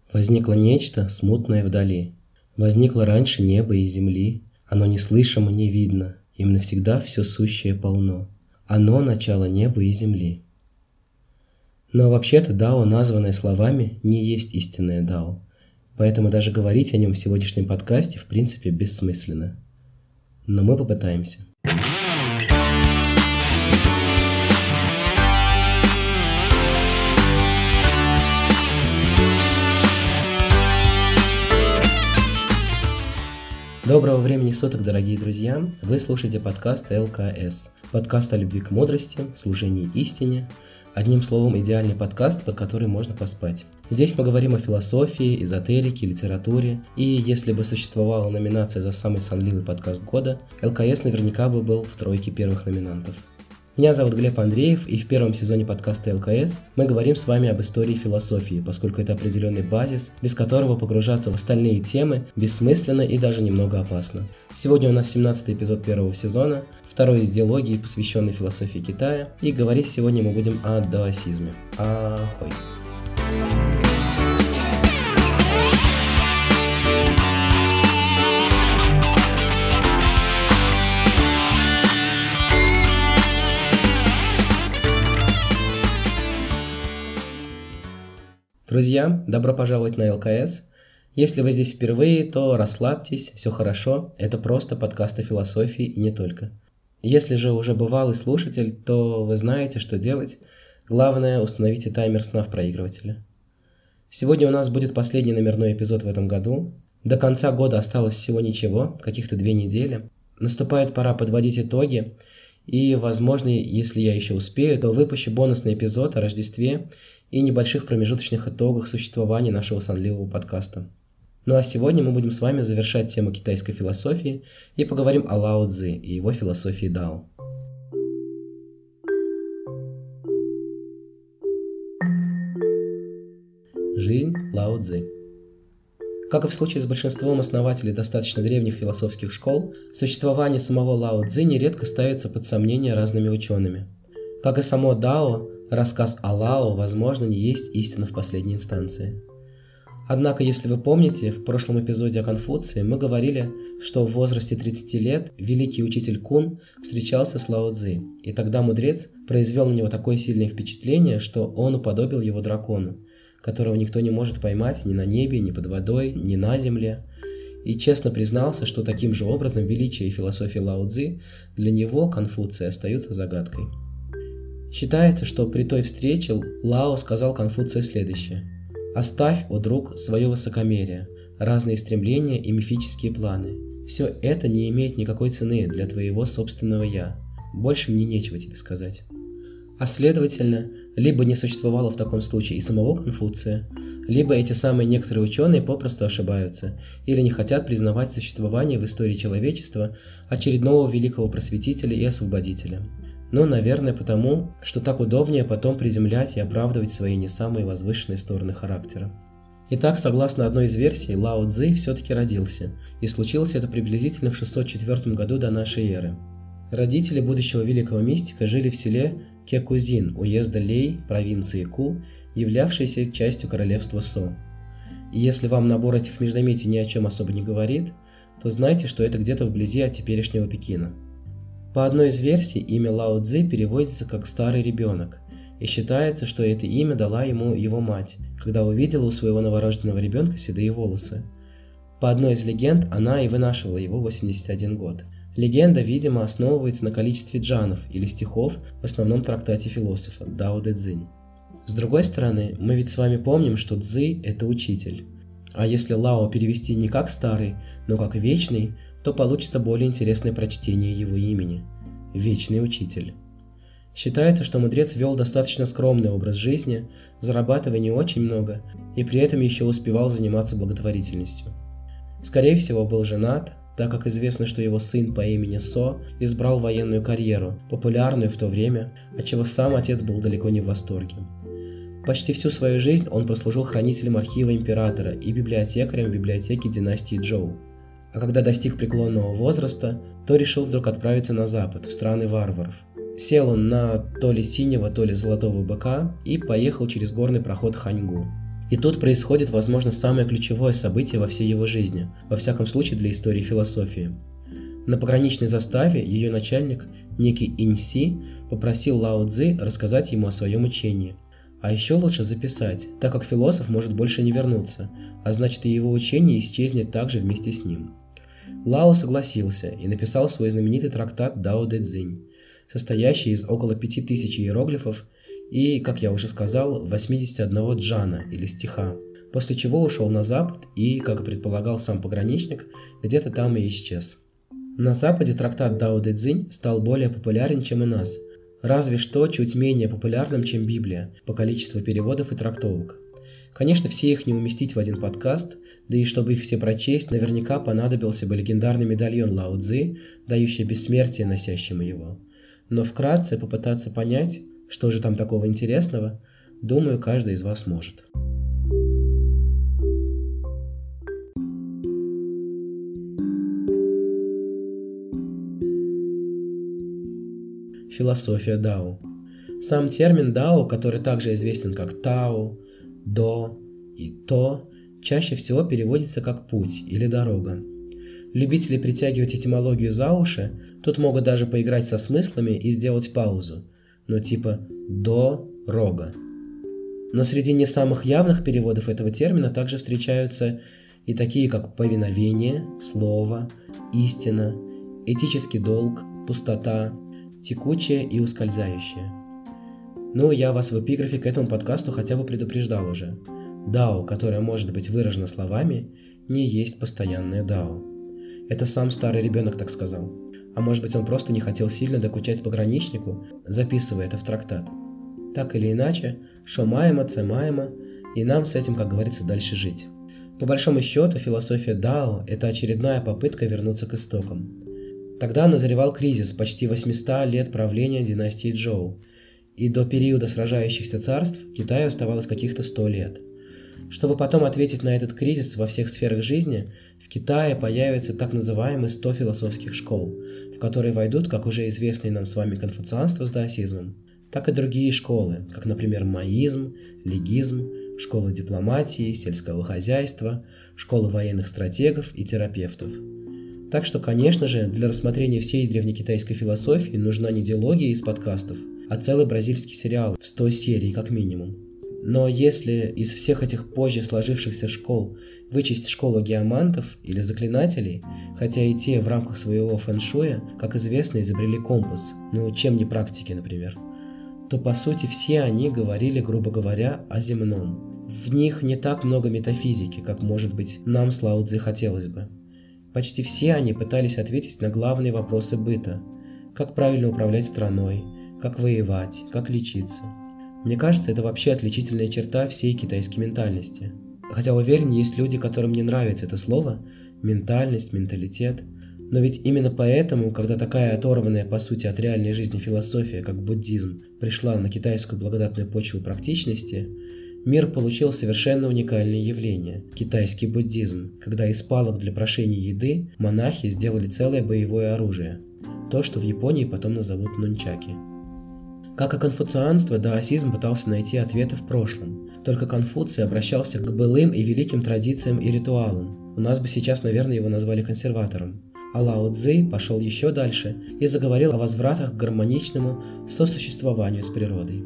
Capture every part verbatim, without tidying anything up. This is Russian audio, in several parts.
Возникло нечто смутное вдали. Возникло раньше неба и земли. Оно неслышимо, не видно, им навсегда все сущее полно. Оно — начало неба и земли. Но вообще-то дао, названное словами, не есть истинное дао. Поэтому даже говорить о нем в сегодняшнем подкасте в принципе бессмысленно. Но мы попытаемся. Доброго времени суток, дорогие друзья! Вы слушаете подкаст эл ка эс. Подкаст о любви к мудрости, служении истине. Одним словом, идеальный подкаст, под который можно поспать. Здесь мы говорим о философии, эзотерике, литературе. И если бы существовала номинация за самый сонливый подкаст года, эл ка эс наверняка бы был в тройке первых номинантов. Меня зовут Глеб Андреев, и в первом сезоне подкаста эл ка эс мы говорим с вами об истории философии, поскольку это определенный базис, без которого погружаться в остальные темы бессмысленно и даже немного опасно. Сегодня у нас семнадцатый эпизод первого сезона, второй из диалогии, посвященный философии Китая, и говорить сегодня мы будем о даосизме. Ахой! Друзья, добро пожаловать на эл ка эс. Если вы здесь впервые, то расслабьтесь, все хорошо, это просто подкаст о философии и не только. Если же уже бывалый слушатель, то вы знаете, что делать. Главное, установите таймер сна в проигрывателе. Сегодня у нас будет последний номерной эпизод в этом году. До конца года осталось всего ничего, каких-то две недели. Наступает пора подводить итоги. И, возможно, если я еще успею, то выпущу бонусный эпизод о Рождестве и небольших промежуточных итогах существования нашего сонливого подкаста. Ну а сегодня мы будем с вами завершать тему китайской философии и поговорим о Лао Цзи и его философии дао. Жизнь Лао Цзи. Как и в случае с большинством основателей достаточно древних философских школ, существование самого Лао Цзи нередко ставится под сомнение разными учеными. Как и само дао, рассказ о Лао, возможно, не есть истина в последней инстанции. Однако, если вы помните, в прошлом эпизоде о Конфуции мы говорили, что в возрасте тридцати лет великий учитель Кун встречался с Лао Цзи, и тогда мудрец произвел на него такое сильное впечатление, что он уподобил его дракону, которого никто не может поймать ни на небе, ни под водой, ни на земле, и честно признался, что таким же образом величие и философия Лао Цзи для него, Конфуция, остаются загадкой. Считается, что при той встрече Лао сказал Конфуцию следующее: «Оставь, о друг, свое высокомерие, разные стремления и мифические планы. Все это не имеет никакой цены для твоего собственного «я». Больше мне нечего тебе сказать». А следовательно, либо не существовало в таком случае и самого Конфуция, либо эти самые некоторые ученые попросту ошибаются или не хотят признавать существование в истории человечества очередного великого просветителя и освободителя. Но, наверное, потому, что так удобнее потом приземлять и оправдывать свои не самые возвышенные стороны характера. Итак, согласно одной из версий, Лао Цзи все-таки родился, и случилось это приблизительно в шестьсот четвёртом году до нашей эры. Родители будущего великого мистика жили в селе Кекузин, уезда Лей, провинции Ку, являвшейся частью королевства Со. И если вам набор этих междометий ни о чем особо не говорит, то знайте, что это где-то вблизи от теперешнего Пекина. По одной из версий, имя Лао Цзи переводится как «старый ребенок», и считается, что это имя дала ему его мать, когда увидела у своего новорожденного ребенка седые волосы. По одной из легенд, она и вынашивала его восемьдесят один год. Легенда, видимо, основывается на количестве джанов или стихов в основном трактате философа Дао Дэ Цзинь. С другой стороны, мы ведь с вами помним, что Цзи – это учитель. А если Лао перевести не как старый, но как вечный, то получится более интересное прочтение его имени – Вечный Учитель. Считается, что мудрец вел достаточно скромный образ жизни, зарабатывая не очень много, и при этом еще успевал заниматься благотворительностью. Скорее всего, был женат, так как известно, что его сын по имени Со избрал военную карьеру, популярную в то время, отчего сам отец был далеко не в восторге. Почти всю свою жизнь он прослужил хранителем архива императора и библиотекарем в библиотеке династии Чжоу. А когда достиг преклонного возраста, то решил вдруг отправиться на запад, в страны варваров. Сел он на то ли синего, то ли золотого быка и поехал через горный проход Ханьгу. И тут происходит, возможно, самое ключевое событие во всей его жизни, во всяком случае для истории философии. На пограничной заставе ее начальник, некий Инь-Си, попросил Лао Цзы рассказать ему о своем учении. А еще лучше записать, так как философ может больше не вернуться, а значит и его учение исчезнет также вместе с ним. Лао согласился и написал свой знаменитый трактат Дао Дэ Цзинь, состоящий из около пяти тысяч иероглифов и, как я уже сказал, восьмидесяти одного джана или стиха, после чего ушел на запад и, как и предполагал сам пограничник, где-то там и исчез. На западе трактат Дао Дэ Цзинь стал более популярен, чем у нас, разве что чуть менее популярным, чем Библия, по количеству переводов и трактовок. Конечно, все их не уместить в один подкаст, да и чтобы их все прочесть, наверняка понадобился бы легендарный медальон Лао Цзы, дающий бессмертие носящему его. Но вкратце попытаться понять, что же там такого интересного, думаю, каждый из вас может. Философия Дао. Сам термин Дао, который также известен как Тао, До и То, чаще всего переводится как путь или дорога. Любители притягивать этимологию за уши тут могут даже поиграть со смыслами и сделать паузу, ну типа «до-рога». Но среди не самых явных переводов этого термина также встречаются и такие, как повиновение, слово, истина, этический долг, пустота, текучее и ускользающее. Ну, я вас в эпиграфе к этому подкасту хотя бы предупреждал уже. Дао, которое может быть выражено словами, не есть постоянное дао. Это сам старый ребенок так сказал. А может быть, он просто не хотел сильно докучать пограничнику, записывая это в трактат. Так или иначе, шо маемо, це маемо, и нам с этим, как говорится, дальше жить. По большому счету, философия Дао – это очередная попытка вернуться к истокам. Тогда назревал кризис почти восемьсот лет правления династии Чжоу, и до периода сражающихся царств Китаю оставалось каких-то сто лет. Чтобы потом ответить на этот кризис во всех сферах жизни, в Китае появится так называемые сто философских школ, в которые войдут как уже известные нам с вами конфуцианство с даосизмом, так и другие школы, как, например, маоизм, легизм, школа дипломатии, сельского хозяйства, школа военных стратегов и терапевтов. Так что, конечно же, для рассмотрения всей древнекитайской философии нужна не диалогия из подкастов, а целый бразильский сериал в сто серий как минимум. Но если из всех этих позже сложившихся школ вычесть школу геомантов или заклинателей, хотя и те в рамках своего фэншуя, как известно, изобрели компас, ну чем не практики, например, то по сути все они говорили, грубо говоря, о земном. В них не так много метафизики, как, может быть, нам с Лао Цзы хотелось бы. Почти все они пытались ответить на главные вопросы быта: как правильно управлять страной, как воевать, как лечиться. Мне кажется, это вообще отличительная черта всей китайской ментальности. Хотя уверен, есть люди, которым не нравится это слово – ментальность, менталитет. Но ведь именно поэтому, когда такая оторванная по сути от реальной жизни философия, как буддизм, пришла на китайскую благодатную почву практичности, мир получил совершенно уникальное явление – китайский буддизм, когда из палок для прошения еды монахи сделали целое боевое оружие – то, что в Японии потом назовут нунчаки. Как и конфуцианство, даосизм пытался найти ответы в прошлом. Только Конфуций обращался к былым и великим традициям и ритуалам. У нас бы сейчас, наверное, его назвали консерватором. А Лао Цзы пошел еще дальше и заговорил о возвратах к гармоничному сосуществованию с природой.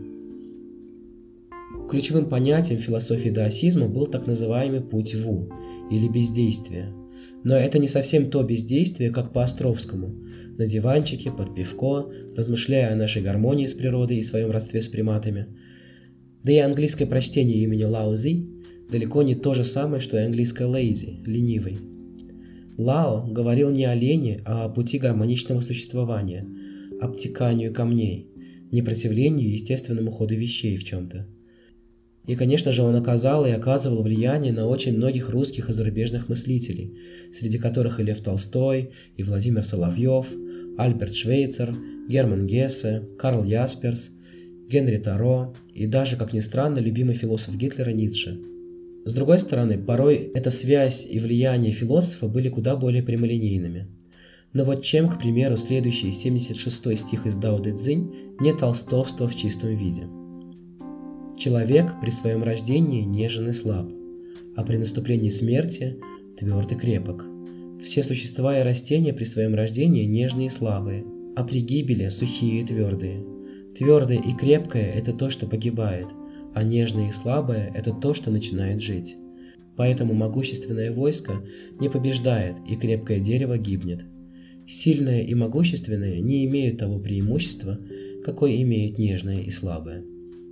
Ключевым понятием философии даосизма был так называемый путь Ву, или бездействие. Но это не совсем то бездействие, как по Островскому, на диванчике, под пивко, размышляя о нашей гармонии с природой и своем родстве с приматами. Да и английское прочтение имени Лао Цзи далеко не то же самое, что и английское lazy, ленивый. Лао говорил не о лени, а о пути гармоничного существования, обтеканию камней, непротивлению естественному ходу вещей в чем-то. И, конечно же, он оказал и оказывал влияние на очень многих русских и зарубежных мыслителей, среди которых и Лев Толстой, и Владимир Соловьев, Альберт Швейцер, Герман Гессе, Карл Ясперс, Генри Таро и даже, как ни странно, любимый философ Гитлера Ницше. С другой стороны, порой эта связь и влияние философа были куда более прямолинейными. Но вот чем, к примеру, следующий семьдесят шестой стих из Дао Дэ Цзинь не толстовство в чистом виде. Человек при своем рождении нежен и слаб, а при наступлении смерти тверд и крепок. Все существа и растения при своем рождении нежные и слабые, а при гибели сухие и твердые. Твердое и крепкое – это то, что погибает, а нежное и слабое – это то, что начинает жить. Поэтому могущественное войско не побеждает, и крепкое дерево гибнет. Сильное и могущественное не имеют того преимущества, какое имеют нежное и слабое.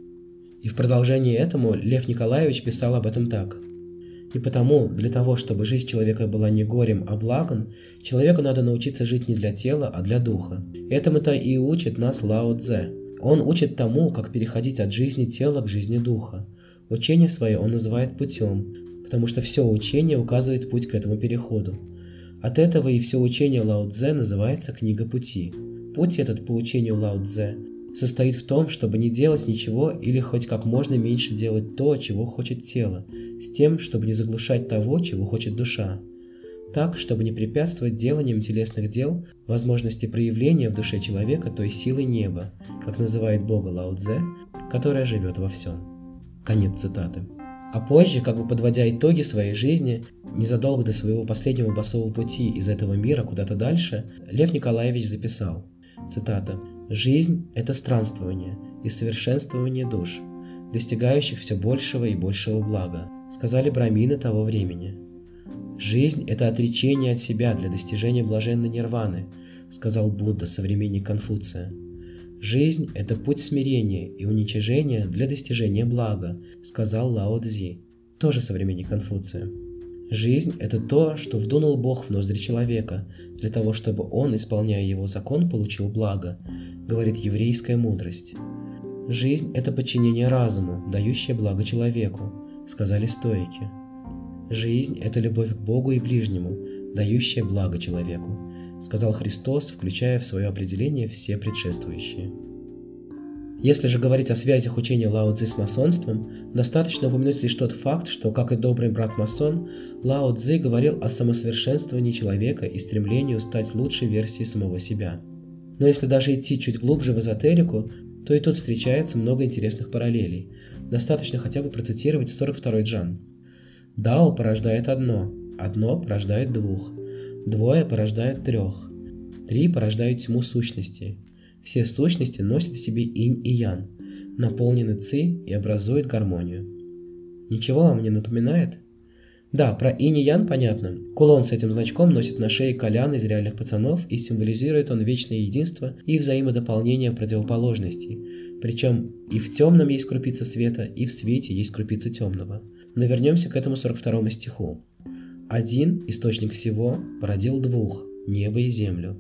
И в продолжение этому Лев Николаевич писал об этом так. И потому, для того, чтобы жизнь человека была не горем, а благом, человеку надо научиться жить не для тела, а для духа. Этому-то и учит нас Лао Цзэ. Он учит тому, как переходить от жизни тела к жизни духа. Учение свое он называет путем, потому что все учение указывает путь к этому переходу. От этого и все учение Лао Цзэ называется «Книга пути». Путь этот по учению Лао Цзэ состоит в том, чтобы не делать ничего или хоть как можно меньше делать то, чего хочет тело, с тем, чтобы не заглушать того, чего хочет душа. Так, чтобы не препятствовать деланием телесных дел возможности проявления в душе человека той силы неба, как называет Бога Лао Цзэ, которая живет во всем. Конец цитаты. А позже, как бы подводя итоги своей жизни, незадолго до своего последнего басового пути из этого мира куда-то дальше, Лев Николаевич записал, цитата, «Жизнь – это странствование и совершенствование душ, достигающих все большего и большего блага», сказали брамины того времени. «Жизнь – это отречение от себя для достижения блаженной нирваны», сказал Будда, современник Конфуция. «Жизнь – это путь смирения и уничижения для достижения блага», сказал Лао Цзи, тоже современник Конфуция. «Жизнь – это то, что вдунул Бог в ноздри человека, для того, чтобы он, исполняя его закон, получил благо», говорит еврейская мудрость. «Жизнь – это подчинение разуму, дающее благо человеку», сказали стоики. «Жизнь – это любовь к Богу и ближнему, дающая благо человеку», сказал Христос, включая в свое определение все предшествующие. Если же говорить о связях учения Лао Цзи с масонством, достаточно упомянуть лишь тот факт, что, как и добрый брат-масон, Лао Цзи говорил о самосовершенствовании человека и стремлении стать лучшей версией самого себя. Но если даже идти чуть глубже в эзотерику, то и тут встречается много интересных параллелей. Достаточно хотя бы процитировать сорок второй джан. «Дао порождает одно, одно порождает двух, двое порождают трех, три порождают тьму сущностей. Все сущности носят в себе инь и ян, наполнены ци и образуют гармонию». Ничего вам не напоминает? Да, про инь и ян понятно. Кулон с этим значком носит на шее Колян из «Реальных пацанов», и символизирует он вечное единство и взаимодополнение противоположностей. Причем и в темном есть крупица света, и в свете есть крупица темного. Но вернемся к этому сорок второму стиху. «Один, источник всего, породил двух, небо и землю.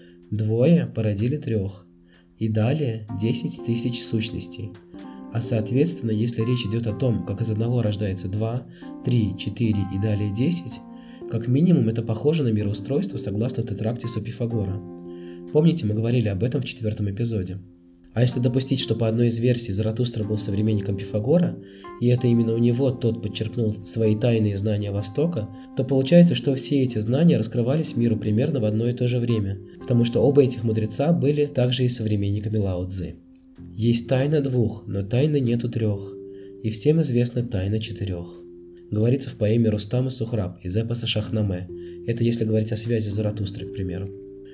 Двое породили трех. И далее десять тысяч сущностей. А соответственно, если речь идет о том, как из одного рождается два, три, четыре и далее десять, как минимум это похоже на мироустройство согласно тетрактису Пифагора. Помните, мы говорили об этом в четвертом эпизоде. А если допустить, что по одной из версий Заратустра был современником Пифагора, и это именно у него тот подчеркнул свои тайные знания Востока, то получается, что все эти знания раскрывались миру примерно в одно и то же время, потому что оба этих мудреца были также и современниками Лао Цзи. «Есть тайна двух, но тайны нету трех, и всем известна тайна четырех», говорится в поэме Рустам и Сухраб из эпоса Шахнаме. Это если говорить о связи Заратустры, к примеру.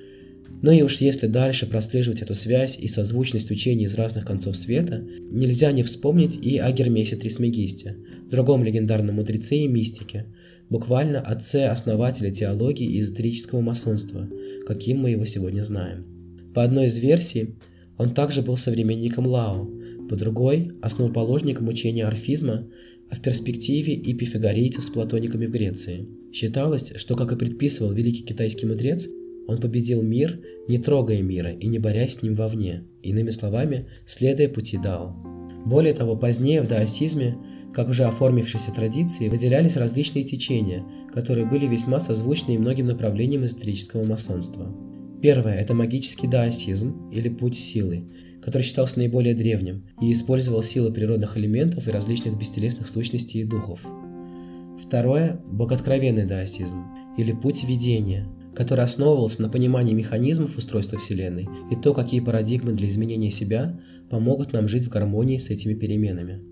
Но и уж если дальше прослеживать эту связь и созвучность учений из разных концов света, нельзя не вспомнить и о Гермесе Трисмегисте, другом легендарном мудреце и мистике, буквально отце-основателя теологии и эзотерического масонства, каким мы его сегодня знаем. По одной из версий, он также был современником Лао, по другой – основоположником учения орфизма, а в перспективе и пифагорейцев с платониками в Греции. Считалось, что, как и предписывал великий китайский мудрец, он победил мир, не трогая мира и не борясь с ним вовне, иными словами, следуя пути Дао. Более того, позднее в даосизме, как уже оформившейся традиции, выделялись различные течения, которые были весьма созвучны и многим направлениям эзотерического масонства. Первое – это магический даосизм, или путь силы, который считался наиболее древним и использовал силы природных элементов и различных бестелесных сущностей и духов. Второе – богооткровенный даосизм, или путь видения, который основывался на понимании механизмов устройства Вселенной и то, какие парадигмы для изменения себя помогут нам жить в гармонии с этими переменами.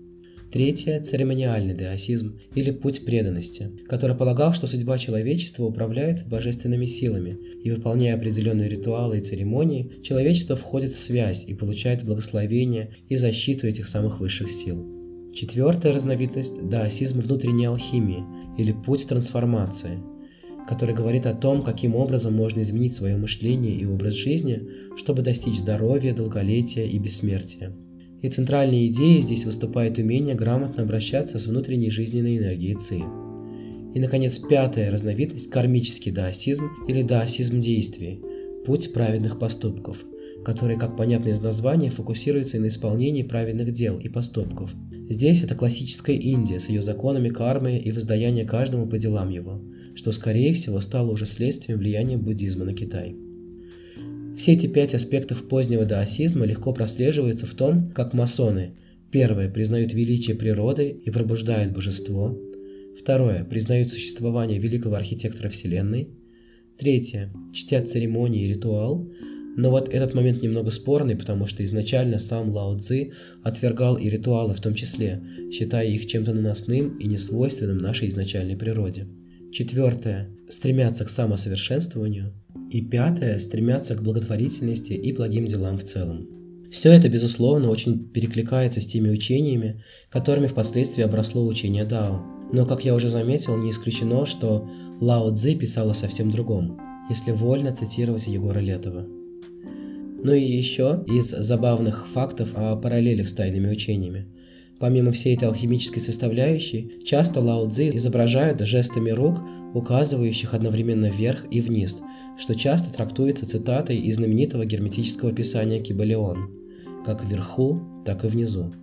Третье – церемониальный даосизм или путь преданности, который полагал, что судьба человечества управляется божественными силами, и выполняя определенные ритуалы и церемонии, человечество входит в связь и получает благословение и защиту этих самых высших сил. Четвертая разновидность – даосизм внутренней алхимии или путь трансформации, который говорит о том, каким образом можно изменить свое мышление и образ жизни, чтобы достичь здоровья, долголетия и бессмертия. И центральной идеей здесь выступает умение грамотно обращаться с внутренней жизненной энергией ци. И, наконец, пятая разновидность – кармический даосизм или даосизм действий – путь праведных поступков, который, как понятно из названия, фокусируется на исполнении праведных дел и поступков. Здесь это классическая Индия с ее законами кармы и воздаяния каждому по делам его, что, скорее всего, стало уже следствием влияния буддизма на Китай. Все эти пять аспектов позднего даосизма легко прослеживаются в том, как масоны: первое, признают величие природы и пробуждают божество; второе, признают существование великого архитектора Вселенной; третье, чтят церемонии и ритуал. Но вот этот момент немного спорный, потому что изначально сам Лао Цзи отвергал и ритуалы в том числе, считая их чем-то наносным и несвойственным нашей изначальной природе. Четвертое – стремятся к самосовершенствованию. И пятое – стремятся к благотворительности и благим делам в целом. Все это, безусловно, очень перекликается с теми учениями, которыми впоследствии обросло учение Дао. Но, как я уже заметил, не исключено, что Лао Цзи писал о совсем другом, если вольно цитировать Егора Летова. Ну и еще из забавных фактов о параллелях с тайными учениями. Помимо всей этой алхимической составляющей, часто Лао Цзи изображают жестами рук, указывающих одновременно вверх и вниз, что часто трактуется цитатой из знаменитого герметического писания Кибалион, как вверху, так и внизу.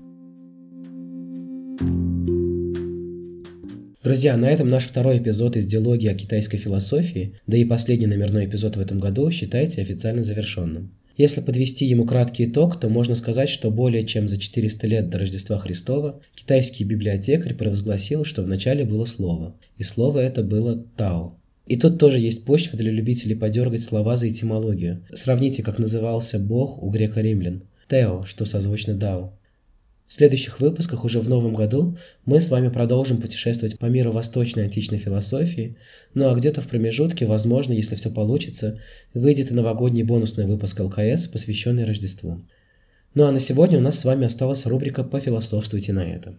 Друзья, на этом наш второй эпизод из диалогии о китайской философии, да и последний номерной эпизод в этом году, считается официально завершенным. Если подвести ему краткий итог, то можно сказать, что более чем за четыреста лет до Рождества Христова китайский библиотекарь провозгласил, что вначале было слово, и слово это было Тао. И тут тоже есть почва для любителей подергать слова за этимологию. Сравните, как назывался Бог у греко-римлян. Тео, что созвучно Дао. В следующих выпусках уже в новом году мы с вами продолжим путешествовать по миру восточной античной философии, ну а где-то в промежутке, возможно, если все получится, выйдет и новогодний бонусный выпуск эл ка эс, посвященный Рождеству. Ну а на сегодня у нас с вами осталась рубрика «Пофилософствуйте на это».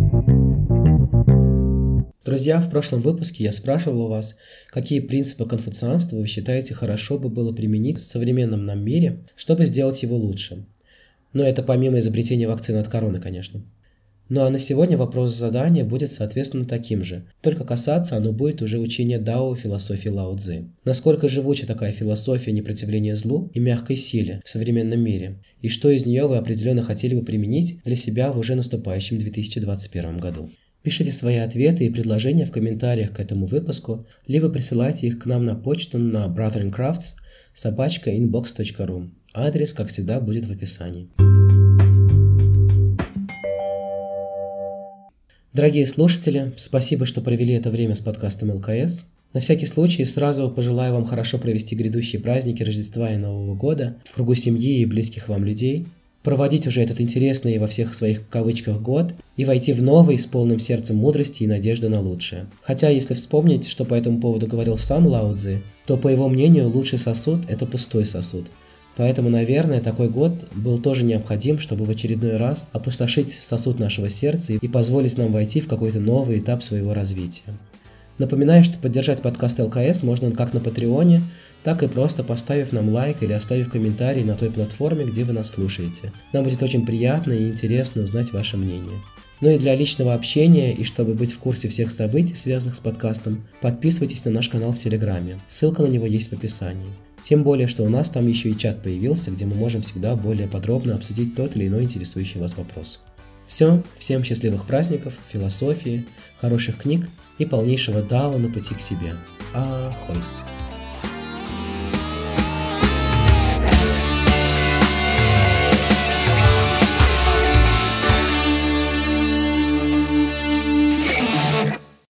Друзья, в прошлом выпуске я спрашивал у вас, какие принципы конфуцианства вы считаете хорошо бы было применить в современном нам мире, чтобы сделать его лучше. Но это помимо изобретения вакцины от короны, конечно. Ну а на сегодня вопрос задания будет, соответственно, таким же, только касаться оно будет уже учения Дао философии Лао Цзи. Насколько живуча такая философия непротивления злу и мягкой силе в современном мире, и что из нее вы определенно хотели бы применить для себя в уже наступающем две тысячи двадцать первом году. Пишите свои ответы и предложения в комментариях к этому выпуску, либо присылайте их к нам на почту на brotherinCrafts собака inbox точка ру. Адрес, как всегда, будет в описании. Дорогие слушатели, спасибо, что провели это время с подкастом эл ка эс. На всякий случай сразу пожелаю вам хорошо провести грядущие праздники Рождества и Нового года в кругу семьи и близких вам людей, проводить уже этот интересный во всех своих кавычках год и войти в новый с полным сердцем мудрости и надежды на лучшее. Хотя, если вспомнить, что по этому поводу говорил сам Лао Цзи, то, по его мнению, лучший сосуд – это пустой сосуд. Поэтому, наверное, такой год был тоже необходим, чтобы в очередной раз опустошить сосуд нашего сердца и позволить нам войти в какой-то новый этап своего развития. Напоминаю, что поддержать подкаст эл ка эс можно как на Патреоне, так и просто поставив нам лайк или оставив комментарий на той платформе, где вы нас слушаете. Нам будет очень приятно и интересно узнать ваше мнение. Ну и для личного общения и чтобы быть в курсе всех событий, связанных с подкастом, подписывайтесь на наш канал в Телеграме. Ссылка на него есть в описании. Тем более, что у нас там еще и чат появился, где мы можем всегда более подробно обсудить тот или иной интересующий вас вопрос. Все, всем счастливых праздников, философии, хороших книг и полнейшего дао на пути к себе. Ахой!